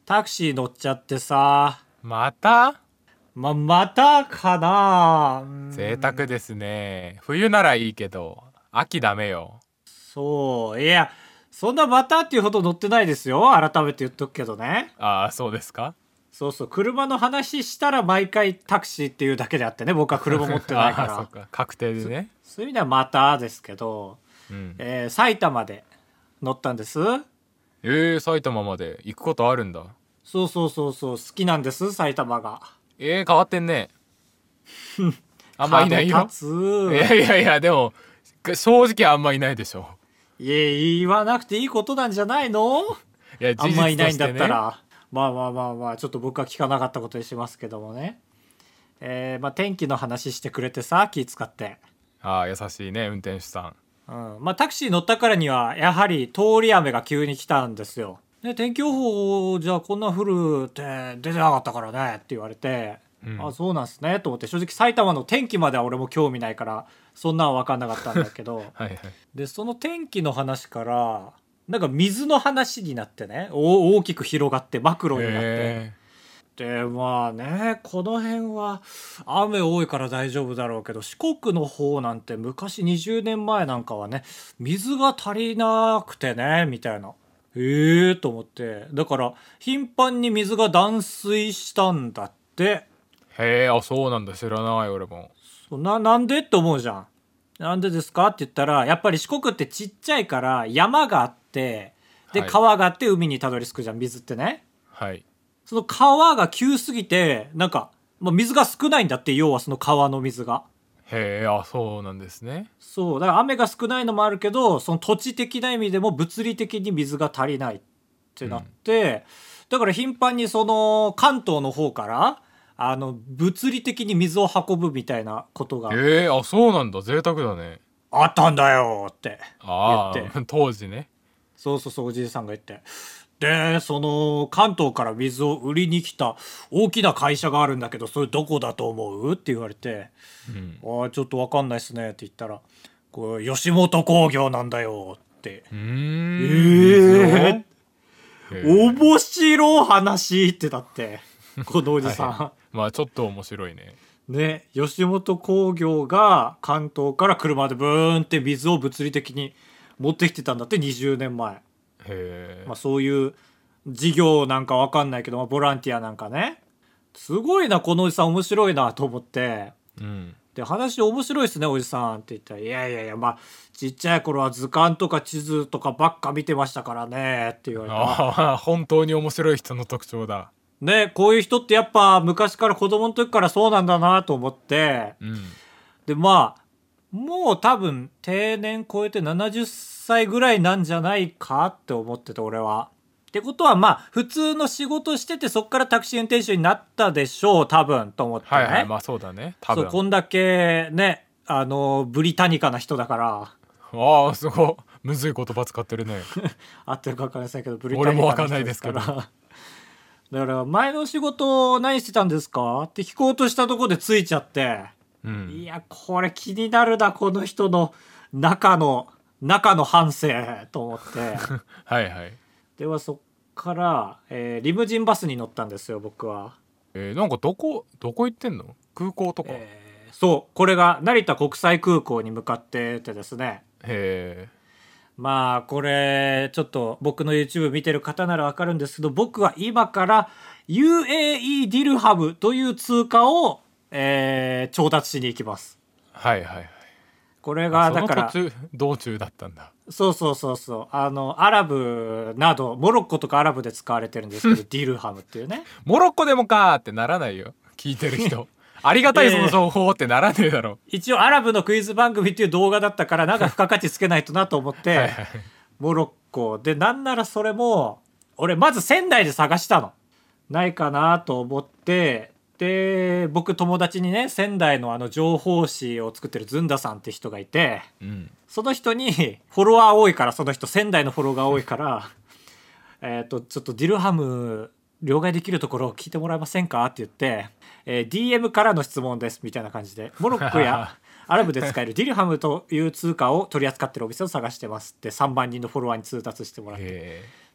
タクシー乗っちゃってさ。 またまたかな。 贅沢ですね。冬ならいいけど秋ダメよ。 そう。いや、そんなまたっていうほど乗ってないですよ。改めて言っとくけどね。 ああ、そうですか。 そうそう。車の話したら毎回タクシーっていうだけであってね。僕は車持ってないかああ、そっら。 か、確定でね。 そういう意味ではまたですけど、 うん。 埼玉で乗ったんです。 埼玉まで行くことあるんだ。 そうそうそうそう。好きなんです、埼玉が。 変わってんね。あんまいな角いよ。 立いつ。 やいやいや、でも正直あんまいないでしょ。 いや、言わなくていいことなんじゃないの。 いや、 あ事実んまいないんだとしてね。 ったら。まあ、ちょっと僕は聞かなかったことにしますけどもね。天気の話してくれてさ、気使って。 ああ、優しいね、運転手さん。 タクシー乗ったからには、やはり通り雨が急に来たんですよ。で、天気予報じゃあこんな降るって出てなかったからねって言われて、 うん。 あ、そうなんすねと思って、正直埼玉の天気までは俺も興味ないから、そんなんは分かんなかったんだけど、 はいはい。 で、その天気の話から、なんか水の話になってね、大きく広がってマクロになって、 へでまあね、この辺は雨多いから大丈夫だろうけど、四国の方なんて昔20年前なんかはね、水が足りなくてねみたいな、と思って、だから頻繁に水が断水したんだって。 へえ、あ、そうなんだ。知らない俺も。 なんでって思うじゃん。なんでですかって言ったら、やっぱり四国ってちっちゃいから山があって、ではい川があって海にたどり着くじゃん、水ってね。 はい。 その川が急すぎて、なんか、水が少ないんだって、要はその川の水が。 へえ、あ、そうなんですね。 そう、だから雨が少ないのもあるけど、その土地的な意味でも物理的に水が足りないってなっうん。 て、だから頻繁にその関東の方から、物理的に水を運ぶみたいなことがあ、そうなんだ。贅沢だね。 あったんだよって言って、 ああ、当時ね。 そうそうそう、おじいさんが言って。で、その、関東から水を売りに来た大きな会社があるんだけど、それどこだと思うって言われて、 うん。 ああ、ちょっとわかんないっすねって言ったら、これ、吉本興業なんだよって。 うーん、水を。 ええへ面白い話ってだって、このおはい。 じさまあちょっと面白いね。 ん。ね、吉本興業が関東から車でブーンって水を物理的に持ってきてたんだって20年前。 へえ。 そういう事業なんかわかんないけど、ボランティアなんかね。すごいな、このおじさん面白いなと思って。 うん。 で、話面白いですね、おじさんって言ったら、いや、ちっちゃい頃は図鑑とか地図とかばっか見てましたからね、って言われた。 ああ、本当に面白い人の特徴だ。 ね、こういう人ってやっぱ昔から子供の時からそうなんだなと思って、 うん。 で、もう多分定年超えて70歳ぐらいなんじゃないかって思ってて、俺は。ってことは普通の仕事しててそっからタクシー運転手になったでしょう、多分と思ってはいはい、 ね。 まあそうだね。多そう、 分。 こんだけね、ブリタニカな人だから、 ああ、すごい。むずい言葉使ってるね。 合ってるか分かりませんけど、ブリタ俺もわかんなニカな人でいですけど。 すから。だから前の仕事何してたんですかって聞こうとしたところでついちゃって、 うん。 いや、これ気になるな、この人の中の反省と思って。 はいはい。 ではそっから、リムジンバスに乗ったんですよ、僕は。 なんかどこ行ってんの？空港とか？ そう、これが成田国際空港に向かっててですね。 へえ。 これ、ちょっと僕の YouTube 見てる方ならわかるんですけど、僕は今から UAE ディルハムという通貨を、調達しに行きます。 はいはいはい。 これあ、そがだから、 の道中だったんだ。 そうそうそうそう、アラブなどモロッコとかアラブで使われてるんですけど、ディルハムっていうね。 モロッコでもかーってならないよ。聞いてる人。ありがたいその情報ってならねえだろ。 一応アラブのクイズ番組っていう動画だったから、なんか付加価値つけないとなと思ってはいはい。 モロッコで、なんならそれも俺まず仙台で探したの、ないかなと思って。で、僕友達にね、仙台の情報誌を作ってるずんださんって人がいて、 うん。 その人にフォロワー多いから、その人仙台のフォローが多いからちょっとディルハム両替できるところを聞いてもらえませんかって言って、DM からの質問ですみたいな感じで、モロッコやアラブで使えるディルハムという通貨を取り扱ってるお店を探してますって3万人のフォロワーに通達してもらって、 へ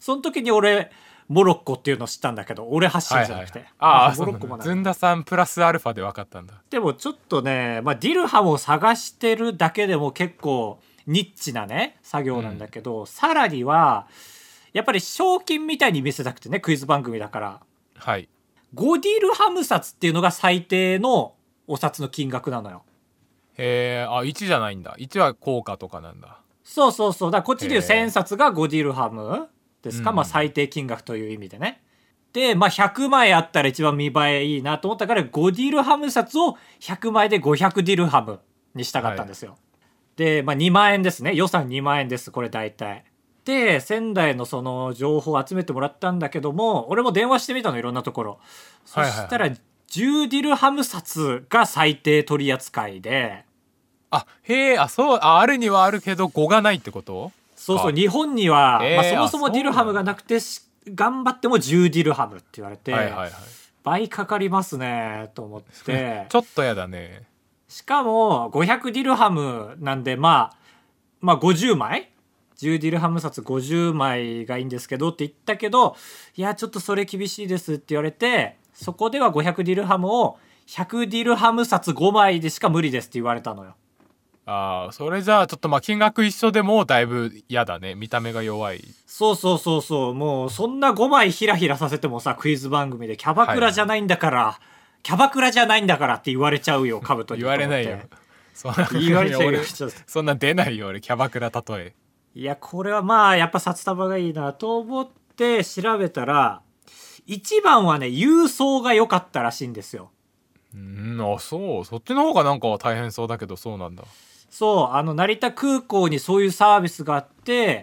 その時に俺モロッコっていうのを知ったんだけど、俺発信じゃなくて、 ああ、 モロッコもなんだ。 ずんださんプラスアルファで分かったんだ。 でもちょっとね、ディルハムを探してるだけでも結構ニッチなね作業なんだけど、さらにはやっぱり賞金みたいに見せたくてね、クイズ番組だから、 はい。 5ディルハム札っていうのが最低のお札の金額なのよ。 へえ、あ、1じゃないんだ。1は効果とかなんだ。 そうそうそう。だからこっちでいうへえ 1000冊が5ディルハムですか、 うん最低金額という意味でね。で、100枚あったら一番見栄えいいなと思ったから、5ディルハム札を100枚で500ディルハムにしたかったんですよ。で、2万円ですね。予算2万円です、これ大体。で、仙台のその情報を集めてもらったんだけども、俺も電話してみたの、いろんなところ。そしたら、10ディルハム札が最低取り扱いで、 あ、へえ、あ、そう、あ、あるにはあるけど5がないってこと？ そうそう、日本には、そもそもあディルハムがなくて頑張っても10ディルハムって言われて、 はいはいはい。 倍かかりますねと思ってちょっとやだね。 しかも500ディルハムなんで、50枚10ディルハム札50枚がいいんですけどって言ったけど、いやちょっとそれ厳しいですって言われて、そこでは500ディルハムを100ディルハム札5枚でしか無理ですって言われたのよ。 ああ、それじゃあちょっと金額一緒でもだいぶ嫌だね。見た目が弱い。 そうそうそうそう、もうそんな5枚ヒラヒラさせてもさ、クイズ番組でキャバクラじゃないんだから、キャバクラじゃないんだからって言われちゃうよ、カブトに。 言われないよ。 言われちゃうよ。 俺そんな出ないよ俺、キャバクラ例え。 いや、これはやっぱ札束がいいなと思って調べたら、一番はね、郵送が良かったらしいんですよ。 あ、そう。そっちの方がなんかは大変そうだけど、そうなんだ。 そう、成田空港にそういうサービスがあって、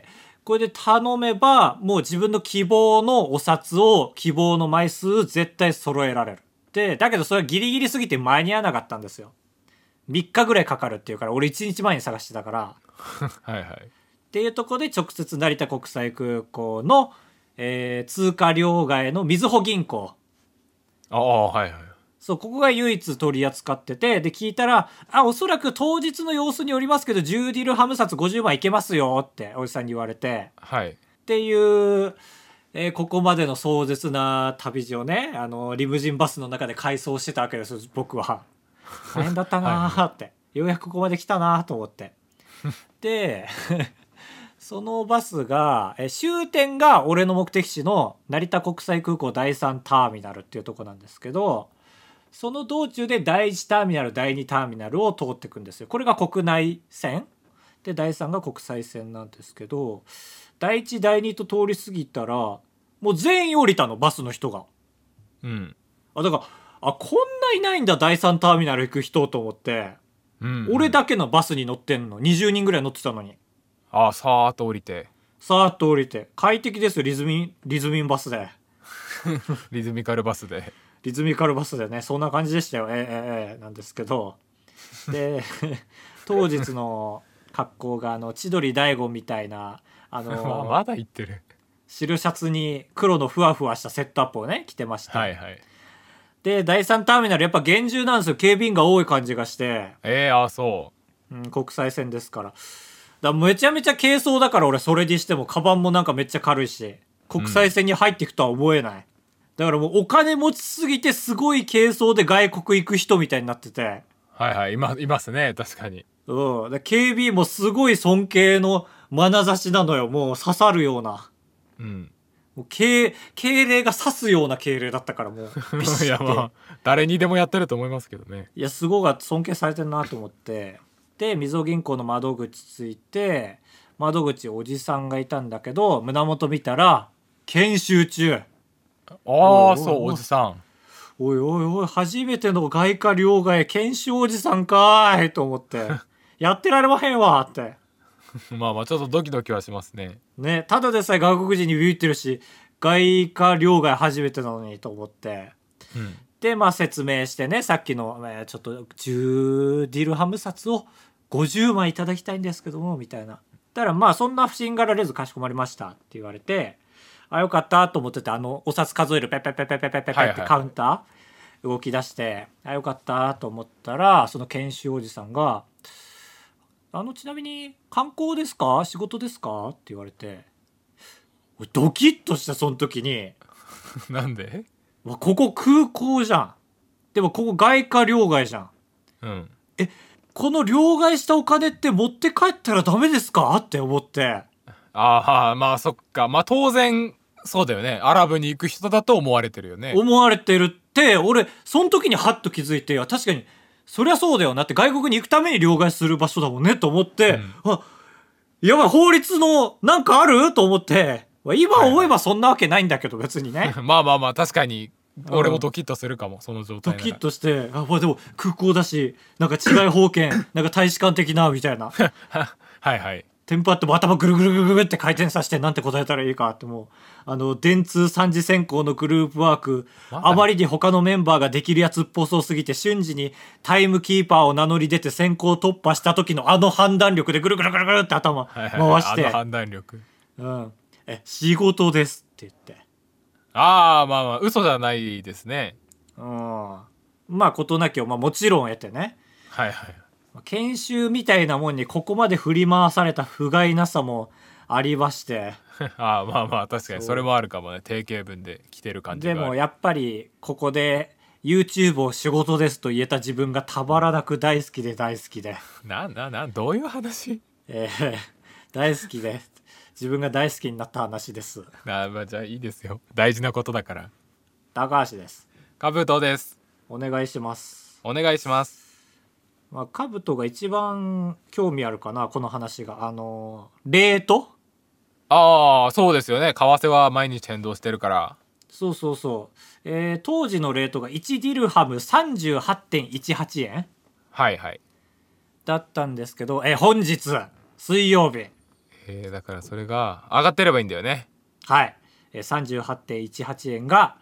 これで頼めば、もう自分の希望のお札を希望の枚数絶対揃えられる。で、だけどそれはギリギリすぎて間に合わなかったんですよ。3日ぐらいかかるっていうから、俺1日前に探してたから。 はいはい。 っていうところで直接成田国際空港の、通貨両替のみずほ銀行。 ああ、はいはい。 そう、ここが唯一取り扱ってて、で、聞いたら、おそらく当日の様子によりますけど、10ディルハム札50枚いけますよっておじさんに言われて、 はい。 っていう、ここまでの壮絶な旅路をね、リムジンバスの中で回想してたわけですよ、僕は。大変だったなーって、はい、ようやくここまで来たなーと思って。で、そのバスが、終点が俺の目的地の成田国際空港第3ターミナルっていうとこなんですけど、その道中で第1ターミナル第2ターミナルを通っていくんですよ。これが国内線で、第3が国際線なんですけど、第1第2と通り過ぎたらもう全員降りたの、バスの人が。だからこんないないんだ第3ターミナル行く人と思って、俺だけのバスに乗ってんの、20人ぐらい乗ってたのに。 さーっと降りて快適ですよ、リズミンバスでリズミカルバスでね、そんな感じでしたよ。なんですけど、で当日の格好が千鳥大悟みたいなまだ言ってる。 白シャツに黒のふわふわしたセットアップをね着てまして、 はいはい。 で第3ターミナルやっぱ厳重なんですよ、警備員が多い感じがして。 そう、国際線ですから。めちゃめちゃ軽装だから、俺それにしてもカバンもなんかめっちゃ軽いし、国際線に入っていくとは思えない、だからもうお金持ちすぎてすごい軽装で外国行く人みたいになってて。 はいはい、いますね、確かに。 警備員もすごい尊敬の眼差しなのよ、もう刺さるような。もう敬礼が刺すような敬礼だったから、もうビシッて。 いや誰にでもやってると思いますけどね。 いや、すごい尊敬されてるなと思って。で、みずほ銀行の窓口着いて、窓口おじさんがいたんだけど、胸元見たら研修中。 おじさん。 おいおいおい、初めての外貨両替研修おじさんかーいと思ってやってられまへんわって。 ちょっとドキドキはしますね。 ただでさえ外国人にビビってるし、外貨両替初めてなのにと思って、で説明してね、さっきの、ちょっと10ディルハム札を50枚いただきたいんですけどもみたいな。だからそんな不審がられずかしこまりましたって言われて、よかったと思ってて、お札数えるペペペペペペペペってカウンター動き出して、よかったと思ったら、その研修おじさんがちなみに観光ですか仕事ですかって言われて、 ドキッとしたその時に、 なんで？ ここ空港じゃん。でもここ外貨両替じゃん。 うん。 この両替したお金って持って帰ったらダメですかって思って。 ああ、まあそっか。まあ当然、そうだよね。アラブに行く人だと思われてるよね。 思われてるって、俺、その時にハッと気づいて、確かに、そりゃそうだよなって、外国に行くために両替する場所だもんねと思って、やばい、法律のなんかあると思って、今思えばそんなわけないんだけど、別にね。 まあまあまあ、確かに、俺もドキッとするかも、その状態なら。 ドキッとして、でも空港だし、なんか違い保険、なんか大使館的な、みたいな。 はいはい。 テンパっても頭ぐるぐるぐるぐるって回転させてなんて答えたらいいかってもう、電通三次選考のグループワーク、あまりに他のメンバーができるやつっぽそうすぎて瞬時にタイムキーパーを名乗り出て先行突破した時の判断力でぐるぐるぐるぐるって頭回して、 判断力。 仕事ですって言って。 ああ、まあまあ、嘘じゃないですね。 まあ、事なきを、もちろん得てね。 はいはい。 研修みたいなもんにここまで振り回された不甲斐なさもありまして。 ああ、まあまあ、確かにそれもあるかもね。定型文で来てる感じがある。 でもやっぱり、ここで YouTube を仕事ですと言えた自分がたまらなく大好きで大好きで。 どういう話？ 大好きで。自分が大好きになった話です。 まあじゃあいいですよ。大事なことだから。 高橋です。 カブトです。 お願いします。 お願いします。 カブトが一番興味あるかな、この話が。レート？ ああ、そうですよね。為替は毎日変動してるから。 そうそうそう。当時のレートが1ディルハム 38.18 円はいはい。 だったんですけど、本日、水曜日。 だからそれが上がってればいいんだよね。 はい。38.18 円が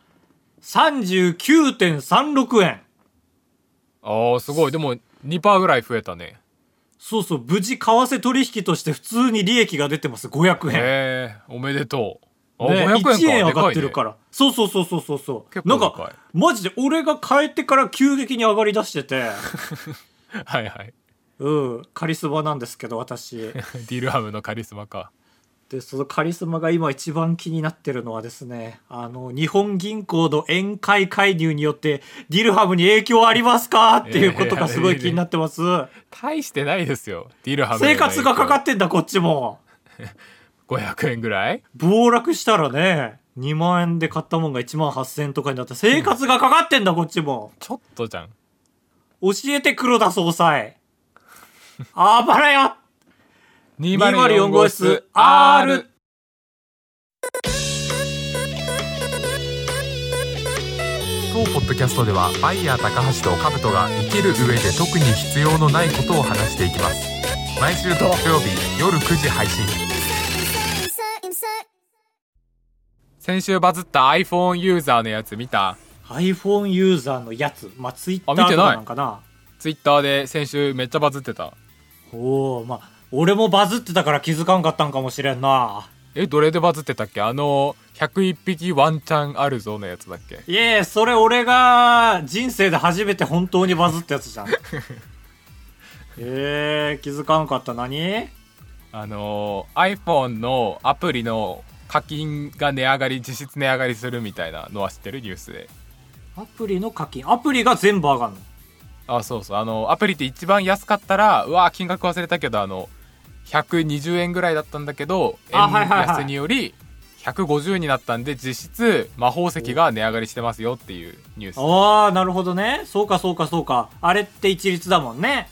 39.36 円。 ああ、すごい。でも 2% ぐらい増えたね。 そうそう、無事為替取引として普通に利益が出てます。500円。 おめでとう。 ね、 500円か。 1円上がってるから。そうそうそうそうそうそう。 結構なんかマジで俺が帰ってから急激に上がりだしてて。 はいはい。 カリスマなんですけど私。 ディルハムのカリスマか。 でそのカリスマが今一番気になってるのはですね、日本銀行の円買い介入によってディルハムに影響ありますかっていうことがすごい気になってます。 大してないですよ、ディルハム。 生活がかかってんだこっちも。 500円ぐらい暴落したらね、2万円で買ったもんが1万8000円とかになったら生活がかかってんだこっちも。 ちょっとじゃん。 教えて黒田総裁。あばらや204号室 R。 当ポッドキャストではバイヤー高橋とカブトが生きる上で特に必要のないことを話していきます。毎週土曜日夜9時配信。先週バズった iPhone ユーザーのやつ見た？ iPhone ユーザーのやつ、Twitter とかなんかな。 Twitter で先週めっちゃバズってた。 俺もバズってたから気づかんかったんかもしれんな。 どれでバズってたっけ？101匹ワンチャンあるぞのやつだっけ？ いえ、それ俺が人生で初めて本当にバズったやつじゃん。気づかんかった。何？ iPhone のアプリの課金が値上がり、実質値上がりするみたいなのは知ってる？ニュースで。 アプリの課金、アプリが全部上がんの？ そうそう、アプリって一番安かったら、金額忘れたけど、120円ぐらいだったんだけど、円安により150になったんで、実質魔法石が値上がりしてますよっていうニュース。 ああ、なるほどね。そうかそうかそうか。あれって一律だもんね。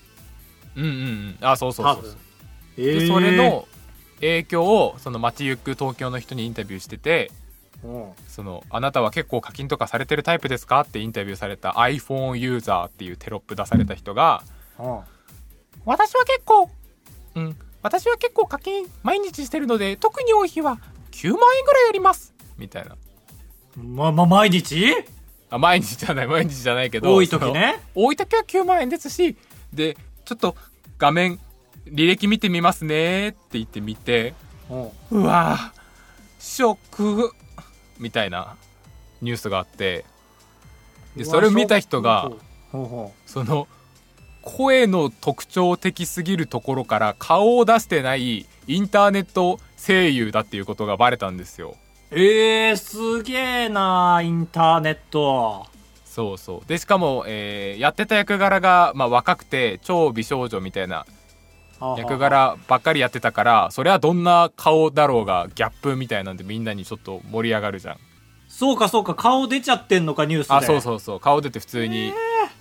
そうそうそう。でそれの影響をその街行く東京の人にインタビューしてて、あなたは結構課金とかされてるタイプですかってインタビューされた iPhone ユーザーっていうテロップ出された人が、私は結構課金毎日してるので、特に多い日は9万円ぐらいやりますみたいな。 毎日？ 毎日じゃないけど、 多い時ね。 多い時は9万円ですし、でちょっと画面履歴見てみますねって言ってみて、うわショックみたいなニュースがあって、でそれを見た人が、その声の特徴的すぎるところから顔を出してないインターネット声優だっていうことがバレたんですよ。 すげえなインターネット。 そうそう。でしかも、やってた役柄が、まあ、若くて超美少女みたいな役柄ばっかりやってたから、それはどんな顔だろうがギャップみたいなんでみんなにちょっと盛り上がるじゃん。 そうかそうか、顔出ちゃってんのかニュースで。 あ、そうそうそう、顔出て普通に、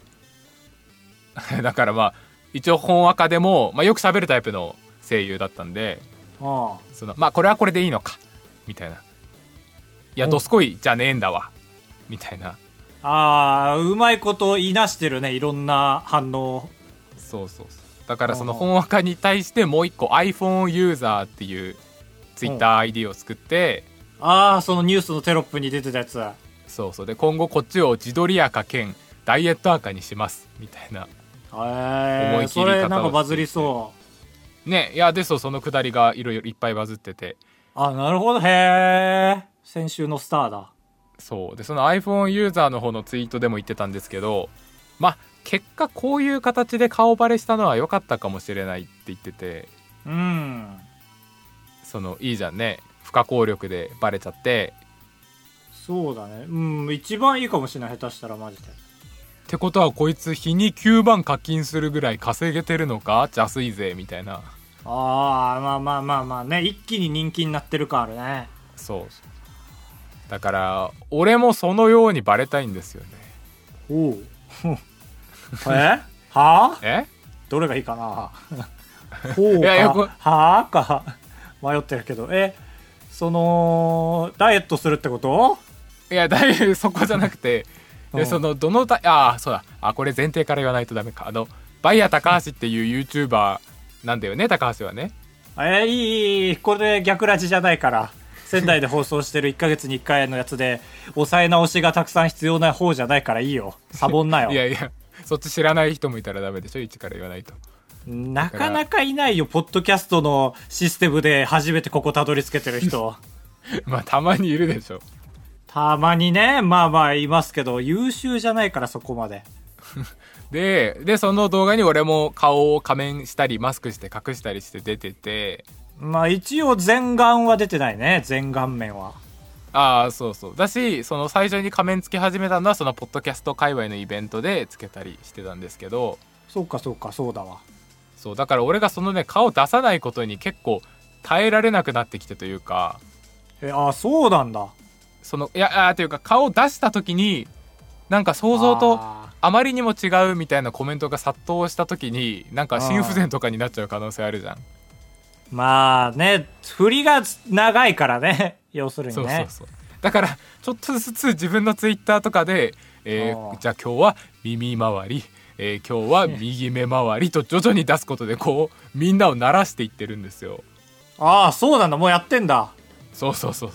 だからまあ一応本赤でも、まあ、よく喋るタイプの声優だったんで、そのまあこれはこれでいいのかみたいな、いやどすこいじゃねえんだわみたいな。 うまいこと言いなしてるね、いろんな反応。 そうそうそう。だからその本赤に対してもう一個 iPhone ユーザーっていう TwitterID を作って、 そのニュースのテロップに出てたやつ。 そうそう。で今後こっちを自撮り赤兼ダイエット赤にしますみたいな思い切り方をしていて、それなんかバズりそうね。いやで、そのくだりがいろいろいっぱいバズってて、 なるほど、へえ、先週のスターだ。 そうで、その iPhone ユーザーの方のツイートでも言ってたんですけど、まあ結果こういう形で顔バレしたのは良かったかもしれないって言ってて、そのいいじゃんね、不可抗力でバレちゃって。 そうだね、一番いいかもしれない、下手したらマジで。 ってことはこいつ日に9万課金するぐらい稼げてるのか、安いぜみたいな。 まあね、一気に人気になってる感あるね。 そうだから俺もそのようにバレたいんですよね。 おうはあえどれがいいかなほうかはあか迷ってるけど、そのダイエットするってこと？ いやそこじゃなくて、そのどのそうだ、これ前提から言わないとダメか。バイヤー高橋っていう YouTuber なんだよね、高橋はね。 いい、これで逆ラジじゃないから。仙台で放送してる1ヶ月に1回のやつで抑え直しがたくさん必要な方じゃないからいいよ、サボんなよ。 いやいや、そっち知らない人もいたらダメでしょ、一から言わないと。 なかなかいないよ、ポッドキャストのシステムで初めてここたどり着けてる人。 まあたまにいるでしょ。 たまにね、まあいますけど優秀じゃないから、そこまで。 でその動画に俺も顔を仮面したりマスクして隠したりして出てて、 まあ一応全顔は出てないね、全顔面は。 そうそうだし、その最初に仮面つけ始めたのはそのポッドキャスト界隈のイベントでつけたりしてたんですけど。 そうかそうだわ。 そうだから俺がそのね、顔出さないことに結構耐えられなくなってきてというか。 そうなんだ。 というか顔出した時になんか想像とあまりにも違うみたいなコメントが殺到した時に、なんか心不全とかになっちゃう可能性あるじゃん。 まあね、振りが長いからね、要するにね。 そうだからちょっとずつ自分のツイッターとかで、じゃあ今日は耳周り、今日は右目周りと徐々に出すことでこうみんなを慣らしていってるんですよ。 そうなんだ、もうやってんだ。 そう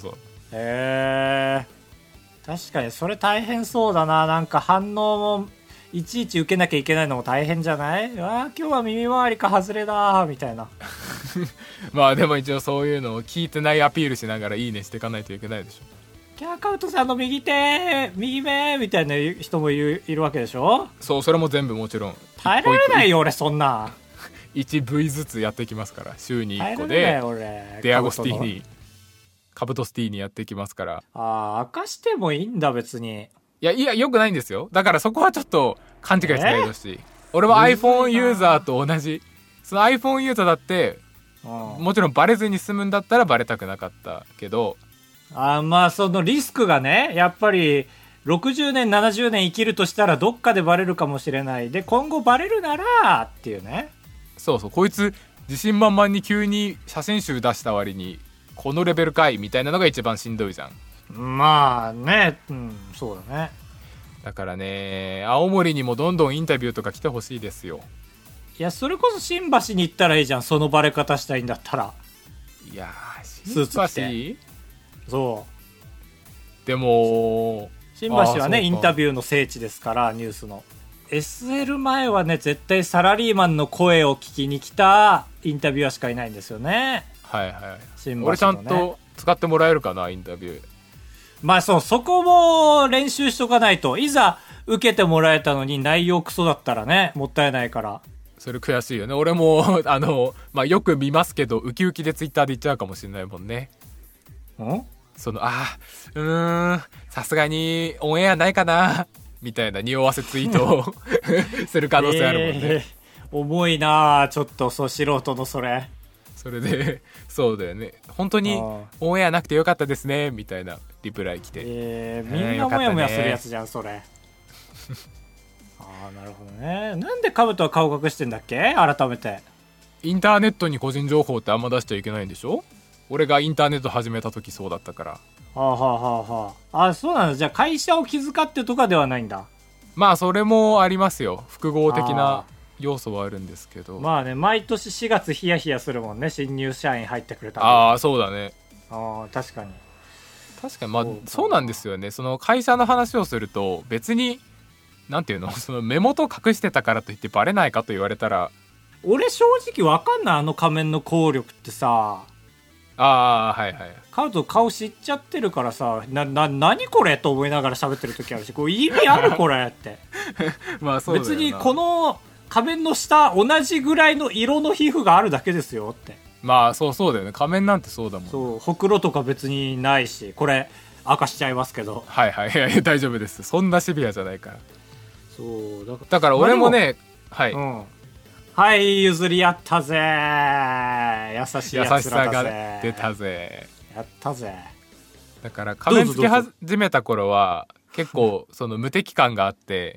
確かにそれ大変そうだな。なんか反応もいちいち受けなきゃいけないのも大変じゃない？今日は耳周りか外れだみたいな。 まあでも一応そういうのを聞いてないアピールしながらいいねしていかないといけないでしょ。 キャーカウトさんの右目みたいな人もいるわけでしょ。 そう、それも全部もちろん耐えられないよ俺、そんな 1V ずつやっていきますから、週に1個でデアゴスティーニ、カブトスティーニやっていきますから。 明かしてもいいんだ別に。 いやよくないんですよ。だからそこはちょっと勘違いしないでほしい。俺は iPhone ユーザーと同じ、その iPhone ユーザーだってもちろんバレずに済むんだったらバレたくなかったけど、 まあそのリスクがね、やっぱり60年70年生きるとしたらどっかでバレるかもしれない。で今後バレるならっていうね。そうこいつ自信満々に急に写真集出した割にこのレベルかいみたいなのが一番しんどいじゃん。 まあね、そうだね。 だからね、青森にもどんどんインタビューとか来てほしいですよ。 いや、それこそ新橋に行ったらいいじゃん、そのバレ方したいんだったら。 いや新橋、そうでも新橋はねインタビューの聖地ですから、ニュースの SL 前はね、絶対サラリーマンの声を聞きに来たインタビュアーしかいないんですよね。新橋のね。 俺ちゃんと使ってもらえるかな、インタビュー。 まあそこも練習しとかないと、いざ受けてもらえたのに内容クソだったらね、もったいないから。 それ悔しいよね。俺もまあよく見ますけど、ウキウキでツイッターで言っちゃうかもしれないもんね。そのさすがにオンエアないかなみたいな匂わせツイートをする可能性あるもんね。 重いなちょっと、そう、素人のそれ。 それでそうだよね、本当にオンエアなくてよかったですねみたいなリプライ来て、 みんなモヤモヤするやつじゃんそれ。なるほどね。なんでカブトは顔隠してんだっけ、改めて。 インターネットに個人情報ってあんま出しちゃいけないんでしょ。俺がインターネット始めた時そうだったから。 そうなんだ。じゃあ会社を気遣ってとかではないんだ。 まあそれもありますよ、複合的な要素はあるんですけど。 まあね、毎年4月ヒヤヒヤするもんね、新入社員入ってくれた。 そうだね。 確かにまあそうなんですよね。その会社の話をすると別になんていうの、その目元隠してたからといってバレないかと言われたら、 俺正直わかんない。あの仮面の効力ってさ、 はいはい、 カウト顔知っちゃってるからさ、何これと思いながら喋ってる時あるし、こう意味あるこれってまあそうだよな。 別にこの仮面の下同じぐらいの色の皮膚があるだけですよって。 まあそうだよね、仮面なんてそうだもん。 そう、ほくろとか別にないし、これ明かしちゃいますけど。 はい大丈夫です、そんなシビアじゃないから。 そうだから俺もね、 はい、譲り合ったぜ、優しいやつらだぜ、 優しさが出たぜ、 やったぜ。 だから仮面つけ始めた頃は結構その無敵感があって、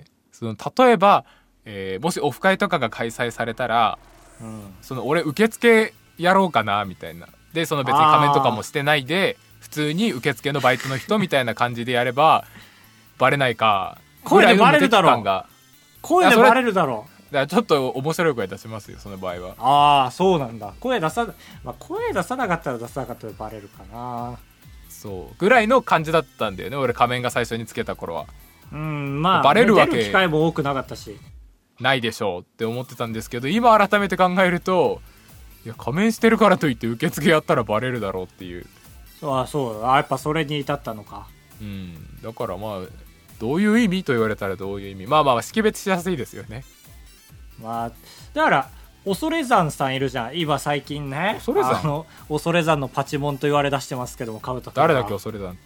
その例えば、もしオフ会とかが開催されたら、その俺受付やろうかなみたいな。でその別に仮面とかもしてないで普通に受付のバイトの人みたいな感じでやればバレないか。 声でバレるだろう。声でバレるだろう。 だからちょっと面白い声出しますよ、その場合は。 そうなんだ。声出さなかったら出さなかったらバレるかな。 そうぐらいの感じだったんだよね、俺仮面が最初につけた頃は。 まあバレるわけ出る機会も多くなかったしないでしょうって思ってたんですけど、今改めて考えると、いや仮面してるからといって受付やったらバレるだろうっていう。 そうやっぱそれに至ったのか。 だからまあどういう意味と言われたらどういう意味、まあ識別しやすいですよね。 まあだから恐山さんいるじゃん今最近ね。恐山のパチモンと言われ出してますけども、カブト君誰だっけ恐山って。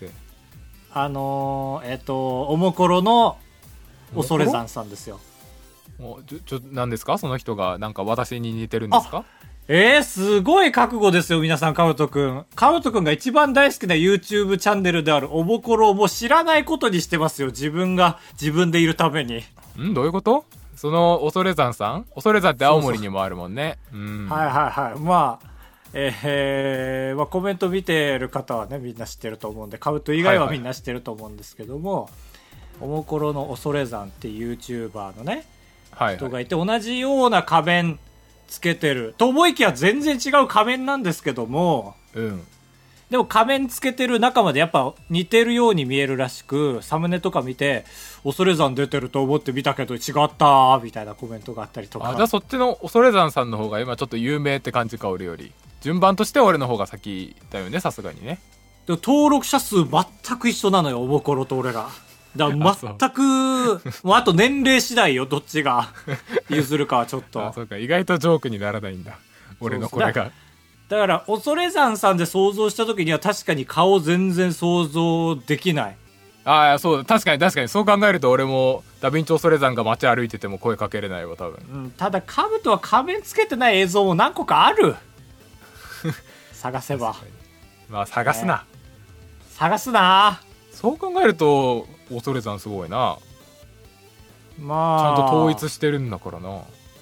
おもころの恐山さんですよ。 何ですかその人が。なんか私に似てるんですか。 すごい覚悟ですよ皆さん。カブト君が一番大好きな YouTube チャンネルであるおもころをもう知らないことにしてますよ、自分でいるために。 どういうこと。その恐山さんって青森にもあるもんね。 まあコメント見てる方はねみんな知ってると思うんで、カブト以外はみんな知ってると思うんですけども、おもころの恐山っていう YouTuber のね、人がいて、同じような仮面つけてると思いきや全然違う仮面なんですけども、でも仮面つけてる中までやっぱ似てるように見えるらしく、サムネとか見て恐山出てると思って見たけど違ったみたいなコメントがあったりとか。 じゃあそっちの恐山さんの方が今ちょっと有名って感じか。俺より順番として俺の方が先だよね、さすがにね。 でも登録者数全く一緒なのよ、おもころと俺ら。だから全くあと年齢次第よ、どっちが譲るかはちょっと。 そうか、意外とジョークにならないんだ俺のこれが。 だから恐山さんで想像した時には確かに顔全然想像できない。 そう確かにそう考えると俺もダヴィンチ恐山が街歩いてても声かけれないわ多分。 ただカブトは仮面つけてない映像も何個かある探せば。 まあ探すな、 探すな。 そう考えると恐山すごいな。 まあちゃんと統一してるんだからな。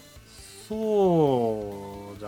そうだ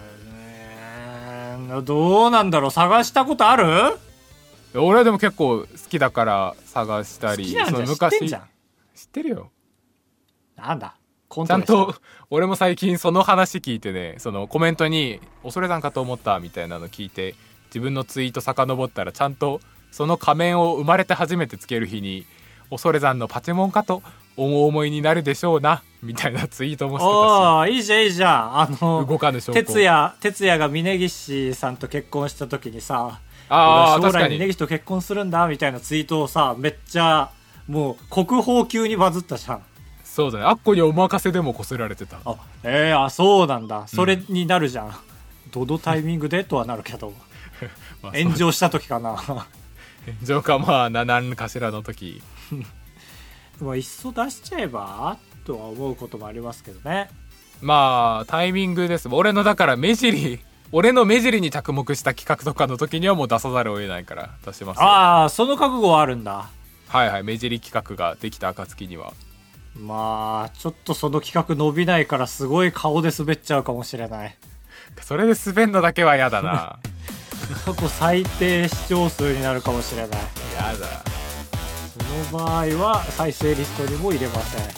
ね。どうなんだろう、探したことある？ 俺はでも結構好きだから探したり。 好きなんじゃん、知ってんじゃん。 知ってるよ。 なんだちゃんと俺も最近その話聞いてね、そのコメントに恐山かと思ったみたいなの聞いて、自分のツイート遡ったらちゃんとその仮面を生まれて初めてつける日に恐山のパチモンかと思いになるでしょうなみたいなツイートもしてたし。 いいじゃんいいじゃん。 動かぬ証拠。 哲也が峯岸さんと結婚した時にさ、 将来峯岸と結婚するんだみたいなツイートをさめっちゃもう国宝級にバズったじゃん。 そうだね、あっこにお任せでもこすられてた。 あ、そうなんだ。それになるじゃん、どのタイミングでとはなるけどまあ炎上した時かな炎上か、まあ何かしらの時まあいっそ出しちゃえばとは思うこともありますけどね。 まあタイミングです。俺のだから俺の目尻に着目した企画とかの時にはもう出さざるを得ないから出しますよ。 ああ、その覚悟はあるんだ。 はいはい、目尻企画ができた暁には。 まあちょっとその企画伸びないからすごい顔で滑っちゃうかもしれない。 それで滑んのだけは嫌だな過去最低視聴数になるかもしれない。 やだ。 その場合は再生リストにも入れません。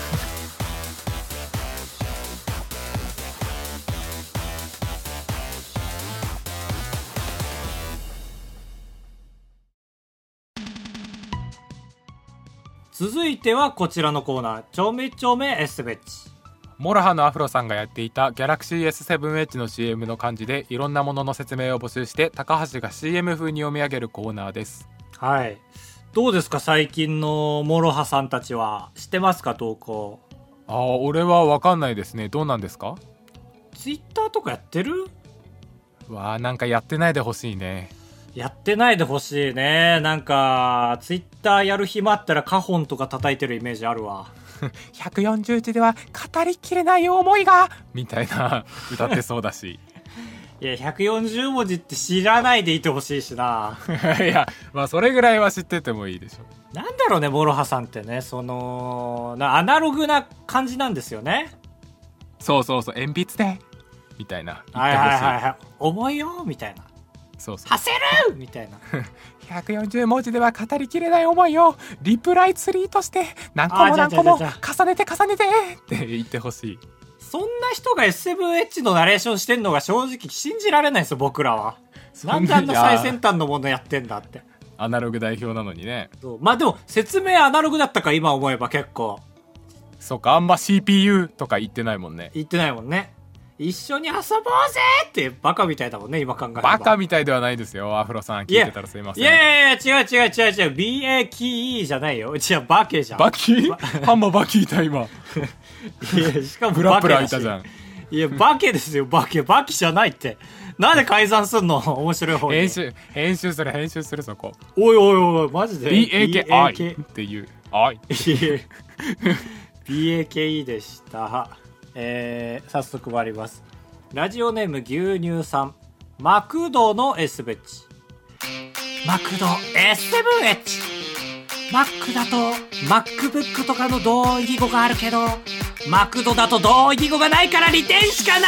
続いてはこちらのコーナー、ちょめちょめ S ベッチ。 モロハのアフロさんがやっていた Galaxy S7Edge の CM の漢字でいろんなものの説明を募集して高橋が CM 風に読み上げるコーナーです。 はい、どうですか最近のモロハさんたちは。知ってますか投稿。 俺は分かんないですね。どうなんですか。 ツイッターとかやってる？ わあ、なんかやってないでほしいね。 やってないでほしいね。なんかツイッターやる暇あったらカホンとか叩いてるイメージあるわ 140字では語りきれない思いがみたいな歌ってそうだしいや140文字って知らないでいてほしいしないやまあそれぐらいは知っててもいいでしょ。 なんだろうね、モロハさんってね、そのアナログな感じなんですよね。 そう鉛筆でみたいな言ってほしい。 はい、重いよみたいな、 そう走るみたいな 140文字では語りきれない思いをリプライツリートして何個も何個も重ねてって言ってほしい。 そんな人が S7H のナレーションしてんのが正直信じられないですよ僕らは。なんであんな最先端のものやってんだって。 アナログ代表なのにね。 まあでも説明アナログだったか今思えば結構。 そうか、あんま CPU とか言ってないもんね。 言ってないもんね。一緒に遊ぼうぜってバカみたいだもんね今考えれば。 バカみたいではないですよ。アフロさん聞いてたらすいません。 いや違う BAKE じゃないよ。違うバケじゃん。 バキハンマーバキいた今いやしかもプラプラいたじゃん。 いやバケですよ。バケじゃないって。なんで改ざんすんの面白い方に。 編集するそこ。 おいマジで BAKI っていう BAKE でした。早速参ります。ラジオネーム牛乳さん。マクドの S ベッチ。マクド S7H。マックだと MacBook とかの同意義語があるけどマクドだと同意義語がないから利点しかない。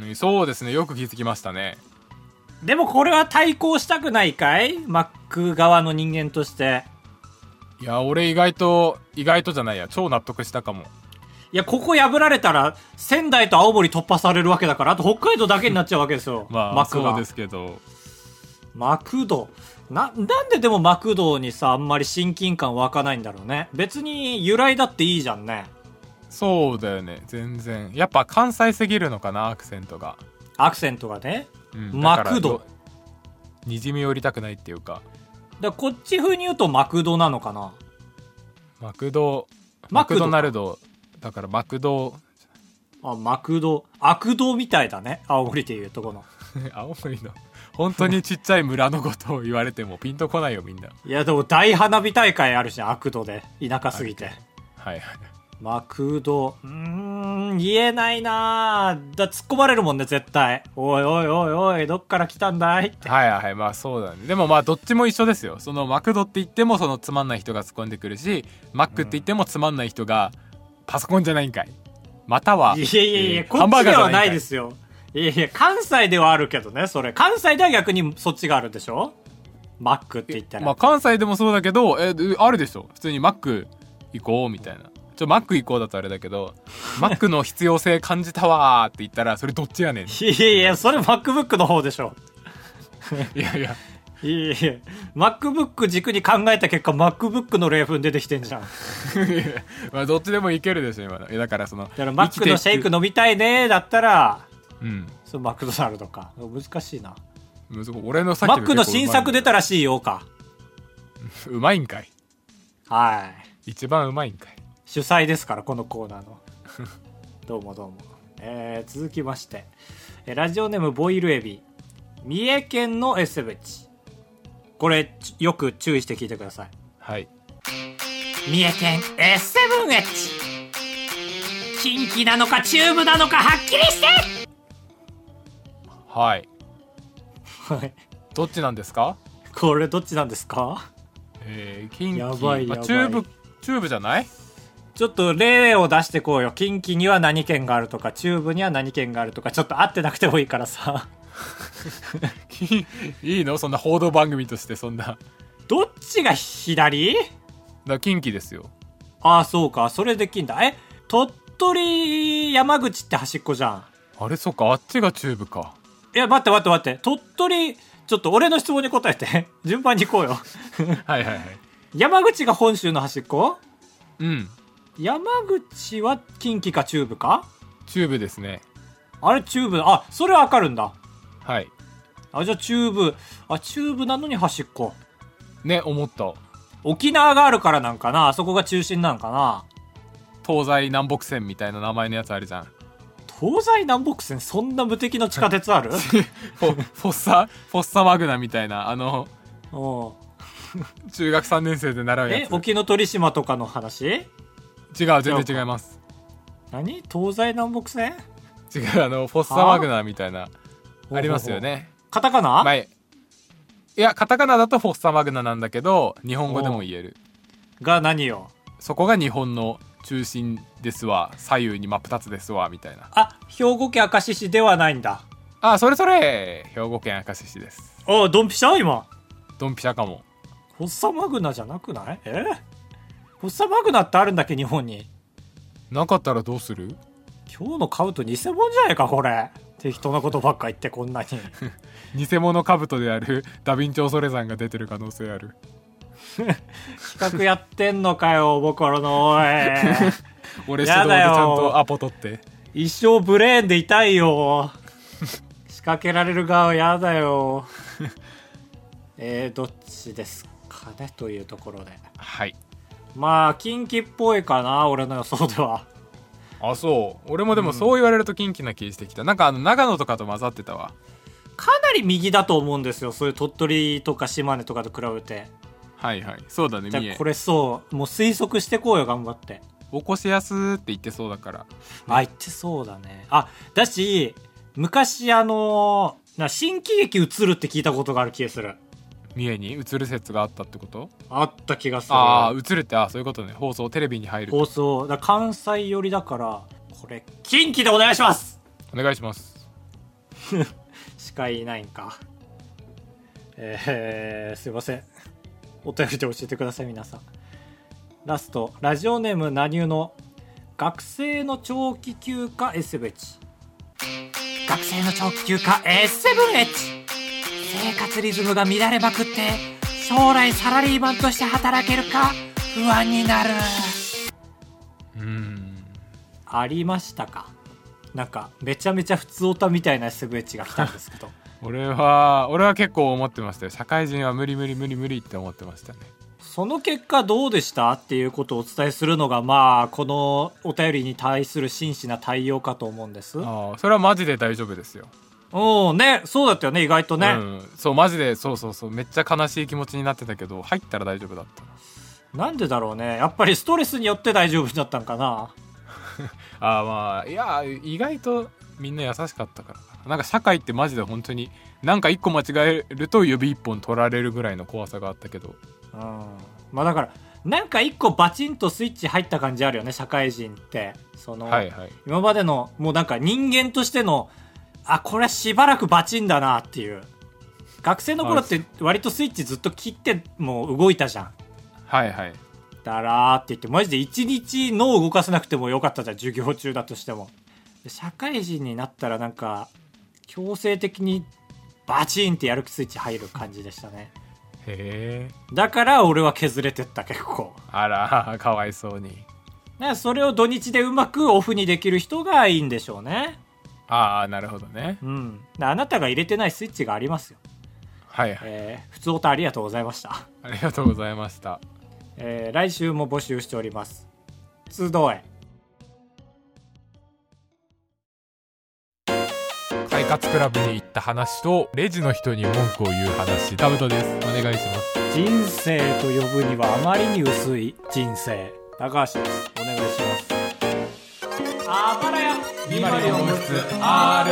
そうですね、よく気づきましたね。 でもこれは対抗したくないかい、マック側の人間として。 いや俺意外とじゃないや、超納得したかも。 いやここ破られたら仙台と青森突破されるわけだから、あと北海道だけになっちゃうわけですよまあマックが。 そうですけどマクドなんででもマクドにさあんまり親近感湧かないんだろうね。別に由来だっていいじゃんね。 そうだよね、全然やっぱ関西すぎるのかな、アクセントがね、マクドにじみ寄りたくないっていうか。 だこっち風に言うとマクドなのかな。マクドナルドだからマクド。 マクド悪道みたいだね、青森でいうとこの青森の本当にちっちゃい村のことを言われてもピンとこないよみんな。 いやでも大花火大会あるし悪道で田舎すぎて。 はいマクド言えないなぁ。突っ込まれるもんね絶対。おいどっから来たんだいって。 はいまあそうだね。でもまあどっちも一緒ですよ。そのマクドって言ってもそのつまんない人が突っ込んでくるし、マックって言ってもつまんない人がパソコンじゃないんかい、またはいやこっちではないですよ。いや関西ではあるけどね。それ関西では逆にそっちがあるでしょ、マックって言ったら。 まあ関西でもそうだけどあるでしょ普通にマック行こうみたいな。マック行こうだとあれだけどマックの必要性感じたわーって言ったらそれどっちやねん。 いやそれ MacBook の方でしょいや MacBook 軸に考えた結果 MacBook の例文出てきてんじゃんまあどっちでもいけるでしょ今の。だからマックのシェイク飲みたいねだったらそのマクドナルドか。難しいな。 俺のさっきのマックの新作出たらしいよか。 うまいんかい。 はい。 一番うまいんかい。 主催ですから、このコーナーの。どうもどうも。続きまして、ラジオネームボイルエビ。三重県の S ブチ。これ、よく注意して聞いてください。 はい。 三重県 S7H。近畿なのかチューブなのかはっきりして。 はい。 はい。 どっちなんですか？ これどっちなんですか？ 近畿。 やばいやばい。 チューブじゃない？ ちょっと例を出してこうよ。近畿には何県があるとか、中部には何県があるとか、ちょっと合ってなくてもいいからさ。 いいの？そんな報道番組としてそんな。 どっちが左？ 近畿ですよ。 ああ、そうか。それできんだ。鳥取、山口って端っこじゃん。 あれ、そっか。あっちが中部か。 いや、待って。鳥取、ちょっと俺の質問に答えて。順番に行こうよ。 はいはいはい。 山口が本州の端っこ？ うん。 山口は近畿か中部か？ 中部ですね。 あれ中部、あ、それわかるんだ。 はい。 あ、じゃあ中部なのに端っこ。 ね、思った。 沖縄があるからなんかな、あそこが中心なんかな。 東西南北線みたいな名前のやつあるじゃん。 東西南北線、そんな無敵の地下鉄ある？ フォッサマグナみたいな、 お中学3年生で習うやつ。 沖ノ鳥島とかの話？ 違う、全然違います。 何？東西南北線？ 違う、フォッサマグナみたいなありますよね。 カタカナ？ いや、カタカナだとフォッサマグナなんだけど、日本語でも言える。 が何よ？ そこが日本の中心ですわ、左右に真っ二つですわ、みたいな。 あ、兵庫県明石市ではないんだ。 あ、それ兵庫県明石市です。 あ、ドンピシャ？今ドンピシャかも。 フォッサマグナじゃなくない？フォッサマグナってあるんだっけ、日本に。 なかったらどうする？ 今日のカブト偽物じゃないか、これ。適当なことばっか言ってこんなに。 偽物兜であるダヴィンチョ恐山が出てる可能性ある。 企画やってんのかよ、おぼころの。おい。 俺手動でちゃんとアポ取って。 一生ブレーンで痛いよ。仕掛けられる側はやだよ。どっちですかねというところで。 はい。 まあ近畿っぽいかな、俺の予想では。 あ、そう。俺もでもそう言われると近畿な気してきた。なんか長野とかと混ざってたわ。 かなり右だと思うんですよ、そういう鳥取とか島根とかと比べて。 はいはい、そうだね。 じゃあこれそうもう推測してこうよ、頑張って。 起こしやすって言ってそうだから、ね、 あ、言ってそうだね。あ、だし昔新喜劇映るって聞いたことがある気がする。 三重に映る説があったってこと？ あった気がする。 ああ、映るって、そういうことね。放送テレビに入る放送だ、関西寄りだから、これ近畿でお願いします。 お願いします。 しかいないんか。すいません、お便りで教えてください皆さん。ラスト、ラジオネームナニュの学生の長期休暇 S7H。 学生の長期休暇 S7H。 生活リズムが乱れまくって将来サラリーマンとして働けるか不安になる。ありましたか？なんかめちゃめちゃ普通オタみたいな S7H が来たんですけど。 俺は結構思ってましたよ。社会人は無理って思ってましたね。 その結果どうでしたっていうことをお伝えするのが、まあこのお便りに対する真摯な対応かと思うんです。 それはマジで大丈夫ですよ。 ね、そうだったよね、意外とね。 そう、マジでそうめっちゃ悲しい気持ちになってたけど、入ったら大丈夫だった。 なんでだろうね。やっぱりストレスによって大丈夫になったんかな。 まあいや、意外とみんな優しかったから。なんか社会ってマジで本当になんか一個間違えると指一本取られるぐらいの怖さがあったけど、 まあだからなんか一個バチンとスイッチ入った感じあるよね、社会人って。 はいはい、 今までのもうなんか人間としての、これはしばらくバチンだなっていう。学生の頃って割とスイッチずっと切ってもう動いたじゃん。 はいはい。 だらーって言ってマジで一日脳を動かさなくてもよかったじゃん、授業中だとしても。社会人になったらなんか強制的にバチンってやる気スイッチ入る感じでしたね。 へえ。 だから俺は削れてった、結構。 あら、かわいそうに。 それを土日でうまくオフにできる人がいいんでしょうね。 なるほどね。 あなたが入れてないスイッチがありますよ。 はいはい。 普通オタありがとうございました。 ありがとうございました。 来週も募集しております。集え。 快活クラブに行った話とレジの人に文句を言う話、タブトです。お願いします。 人生と呼ぶにはあまりに薄い人生、高橋です。お願いします。あばらや204号室 R。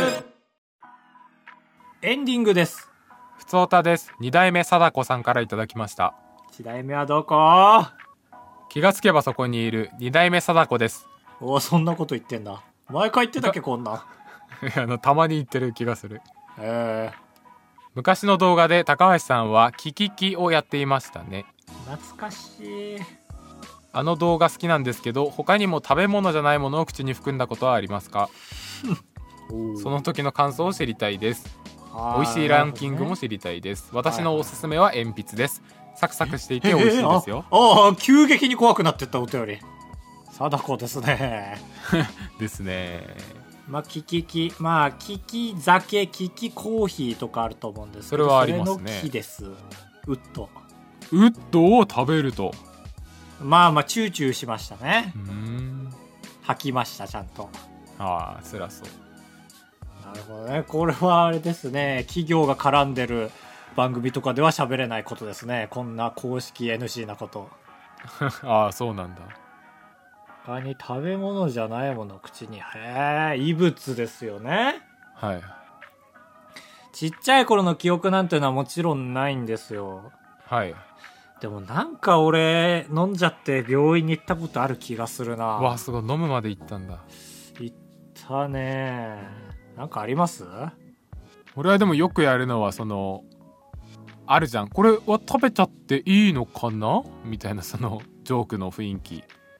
エンディングです。 ふつおたです。2代目貞子さんからいただきました。 1代目はどこ？ 気がつけばそこにいる2代目貞子です。 お、そんなこと言ってんだ。前回言ってたっけこんな。 たまに言ってる気がする。昔の動画で高橋さんはキキキをやっていましたね。 懐かしい。 あの動画好きなんですけど、他にも食べ物じゃないものを口に含んだことはありますか？その時の感想を知りたいです。美味しいランキングも知りたいです。私のおすすめは鉛筆です。サクサクしていて美味しいですよ。 急激に怖くなってったお便り。貞子ですね。 ですね。 キキ酒、キキコーヒーとかあると思うんですけど、 それはありますね。 それの木です。ウッドを食べるとチューチューしましたね。吐きました、ちゃんと。 ああ、辛そう。 なるほどね。これはあれですね、企業が絡んでる番組とかでは喋れないことですね。こんな公式 NG なこと。 ああ、そうなんだ。 他に食べ物じゃないものを口に。異物ですよね。 はい。 ちっちゃい頃の記憶なんてのはもちろんないんですよ。 はい。 でもなんか俺飲んじゃって病院に行ったことある気がするな。 わ、すごい。飲むまで行ったんだ。 行ったね。なんかあります？ 俺はでもよくやるのはあるじゃん、これは食べちゃっていいのかなみたいなジョークの雰囲気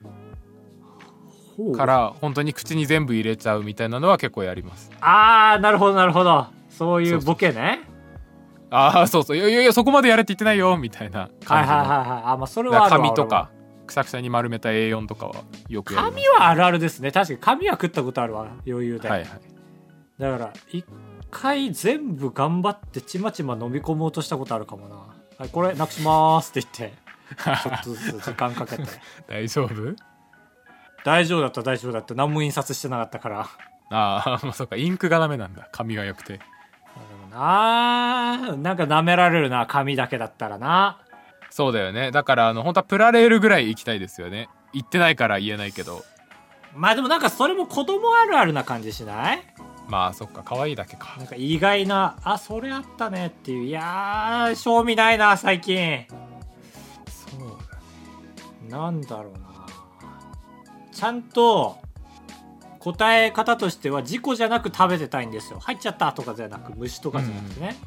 から本当に口に全部入れちゃうみたいなのは結構やります。 なるほどなるほど。そういうボケね。 そうそう。いやそこまでやれって言ってないよみたいな感じの。 それはあるわ。 紙とかくしゃくしゃに丸めた A4 とかはよくやります。 紙はあるあるですね。確かに紙は食ったことあるわ、余裕で。 はいはい。 だから一回全部頑張ってちまちま飲み込もうとしたことあるかもな。はい、これなくしますって言ってちょっとずつ時間かけて大丈夫？ 大丈夫だった何も印刷してなかったから。 そうか、インクがダメなんだ、紙が良くて。 でもなんか舐められるな、紙だけだったらな。 そうだよね。だから本当はプラレールぐらい行きたいですよね。行ってないから言えないけど。 でもなんかそれも子供あるあるな感じしない？ そっか、可愛いだけか。 なんか意外な、それあったねっていう。いやー、賞味ないな最近。 そうだね。 なんだろうな、ちゃんと答え方としては事故じゃなく食べてたいんですよ。入っちゃったとかじゃなく、虫とかじゃなくてね。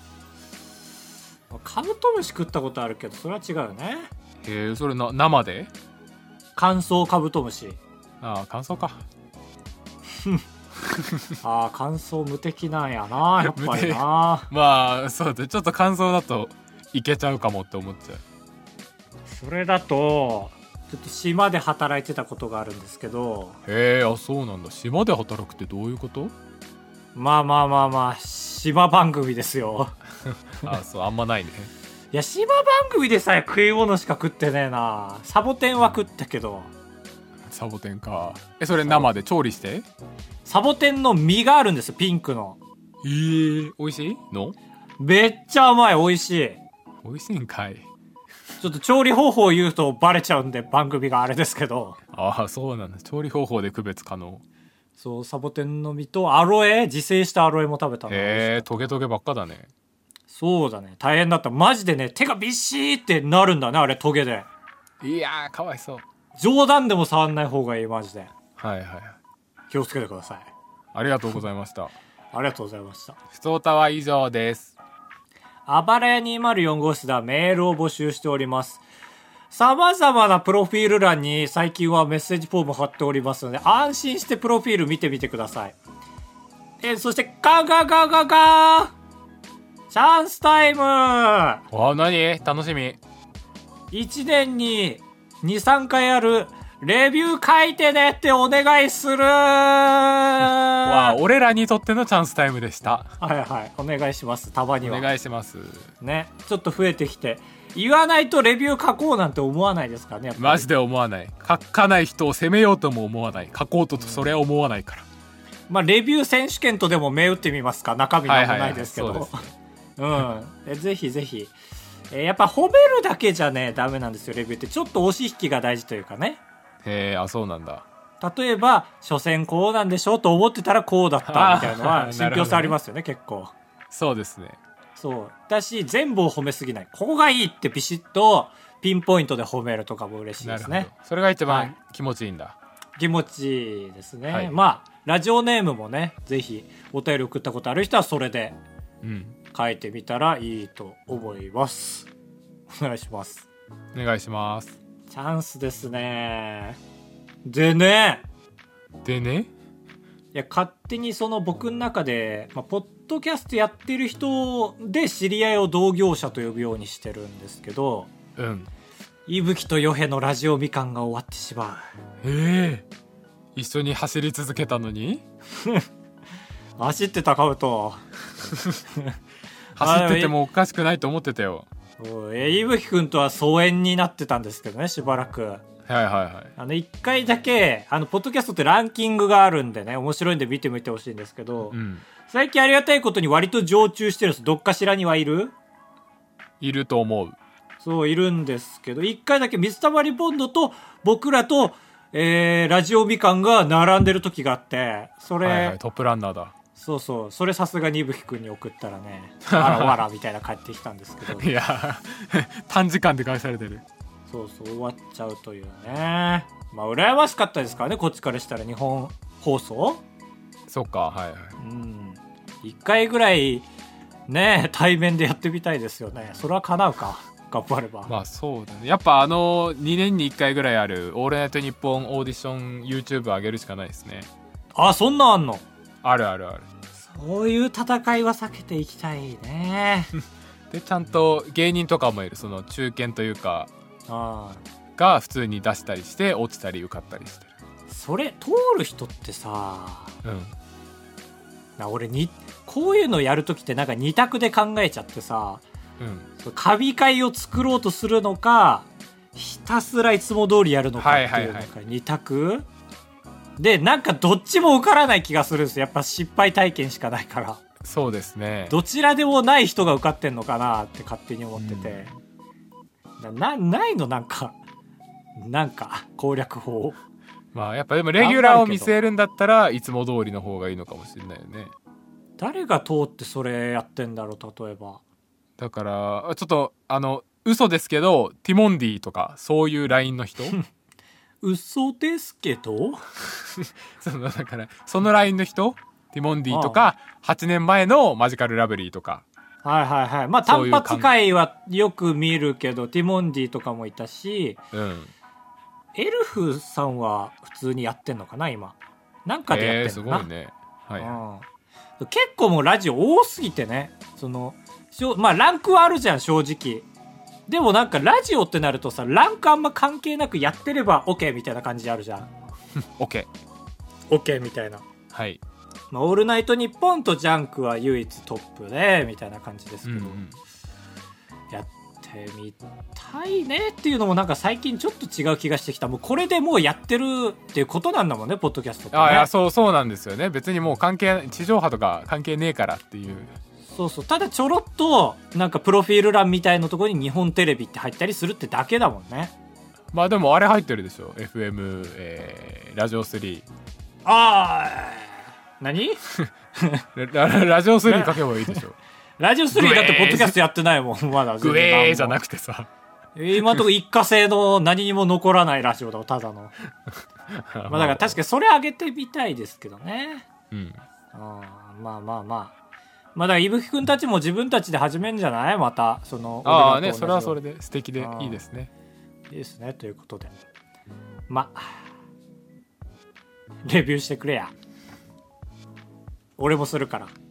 カブトムシ食ったことあるけどそれは違うよね。 それ生で？ 乾燥カブトムシ。 乾燥か。 乾燥無敵なんやな、やっぱりな。 そうだ、ちょっと乾燥だといけちゃうかもって思っちゃう。 それだとちょっと島で働いてたことがあるんですけど。 そうなんだ。島で働くってどういうこと？ 島番組ですよ。 そう、あんまないね。 いや、島番組でさえ食い物しか食ってねえな。サボテンは食ったけど。 サボテンか。それ生で調理して？ サボテンの実があるんですよ、ピンクの。 美味しいの？ めっちゃ甘い、美味しい。 美味しいんかい。 ちょっと調理方法を言うとバレちゃうんで番組があれですけど。 そうなんだ。調理方法で区別可能。 そう、サボテンの実とアロエ、自生したアロエも食べたの。 トゲトゲばっかだね。 そうだね、大変だった。マジでね、手がビシーってなるんだね、あれトゲで。 いやー、かわいそう。 冗談でも触んない方がいい、マジで。 はい。 気をつけてください。 ありがとうございました。 ありがとうございました。 ふつおたは以上です。 あばらや204号室ではメールを募集しております。様々なプロフィール欄に最近はメッセージフォーム貼っておりますので、安心してプロフィール見てみてください。そしてガーチャンスタイム。 何？楽しみ。 1年に 2,3 回あるレビュー書いてねってお願いする。 俺らにとってのチャンスタイムでした。 はい、お願いします。たまにはお願いしますね。ちょっと増えてきて言わないとレビュー書こうなんて思わないですからね、やっぱり。 マジで思わない。書かない人を責めようとも思わない。書こうとそれは思わないから。 まあレビュー選手権とでも銘打ってみますか。中身なんもないですけど。 はいはいはい、 うん。ぜひぜひ。やっぱ褒めるだけじゃね、ダメなんですよ、レビューって。ちょっと押し引きが大事というかね。 へえ、あ、そうなんだ。 例えば、所詮こうなんでしょうと思ってたらこうだったみたいなのは、信憑性ありますよね、結構。 そうですね。 そう。だし、全部を褒めすぎない。ここがいいってビシッと、ピンポイントで褒めるとかも嬉しいですね。 それが一番気持ちいいんだ。 気持ちいいですね。 はい、 まあ、ラジオネームもね、ぜひ、お便り送ったことある人はそれで、書いてみたらいいと思います。お願いします。 お願いします。 チャンスですね。でね、いや勝手にその僕の中で、ポッドキャストやってる人で知り合いを同業者と呼ぶようにしてるんですけど、伊吹とヨヘのラジオみかんが終わってしまう。一緒に走り続けたのに走ってたカウト走っててもおかしくないと思ってたよ。 伊吹くんとは疎遠になってたんですけどね、しばらく。一回だけポッドキャストってランキングがあるんでね、面白いんで見てみてほしいんですけど、最近ありがたいことに割と常駐してるんです。どっかしらにはいると思う。 そういるんですけど、一回だけ水溜りボンドと僕らと、ラジオみかんが並んでる時があって、それ、 トップランナーだ。 そうそう、それさすがに伊吹くんに送ったらね、あらわらみたいな帰ってきたんですけどいや短時間で返されてる。 そうそう、終わっちゃうというね。まあ羨ましかったですからね、こっちからしたら。日本放送、 そっか、 一回ぐらいね、対面でやってみたいですよね。それは叶うか、頑張れば。 まあそうだね。やっぱ2年に1回ぐらいあるオールナイトニッポンオーディション YouTube 上げるしかないですね。 あ、そんなんあんの？ ある。 そういう戦いは避けていきたいねでちゃんと芸人とかもいる、その中堅というかが普通に出したりして落ちたり受かったりしてる。 それ通る人ってさ、俺にこういうのやるときってなんか二択で考えちゃってさ、神回を作ろうとするのかひたすらいつも通りやるのかっていう、二択で、なんかどっちも受からない気がするんですよ。やっぱ失敗体験しかないから。 そうですね。 どちらでもない人が受かってんのかなって勝手に思ってて、ないの、なんか攻略法。 まあやっぱでもレギュラーを見据えるんだったらいつも通りの方がいいのかもしれないよね。 誰が通ってそれやってんだろう、例えば。だからちょっと嘘ですけどティモンディとかそういうラインの人嘘ですけどだからそのラインの人、ティモンディとか8年前のマジカルラブリーとか。 まあ単発回はよく見るけど、ティモンディとかもいたし、エルフさんは普通にやってんのかな今。なんかでやってんのかな。 すごいね。 結構もうラジオ多すぎてね、まあランクはあるじゃん正直。でもなんかラジオってなるとさ、ランクあんま関係なくやってれば OK みたいな感じあるじゃんOK みたいな。まあ、オールナイトニッポンとジャンクは唯一トップでみたいな感じですけど、やってみたいねっていうのもなんか最近ちょっと違う気がしてきた。もうこれでもうやってるっていうことなんだもんね、ポッドキャストってね。 いやそうなんですよね。別にもう地上波とか関係ねえからっていう。 そうただちょろっとなんかプロフィール欄みたいなところに日本テレビって入ったりするってだけだもんね。 まあでもあれ入ってるでしょ FM、ラジオ3。 何ラジオ3書けばいいでしょラジオ3だってポッドキャストやってないもんまだ。 グエーじゃなくてさ、 今のところ一過性の何にも残らないラジオだ、ただのまあだから確かにそれ上げてみたいですけどね。まあだから伊吹くんたちも自分たちで始めるんじゃない？またそのね、それはそれで素敵でいいですね。 いいですね。ということでレビューしてくれや。俺もするから。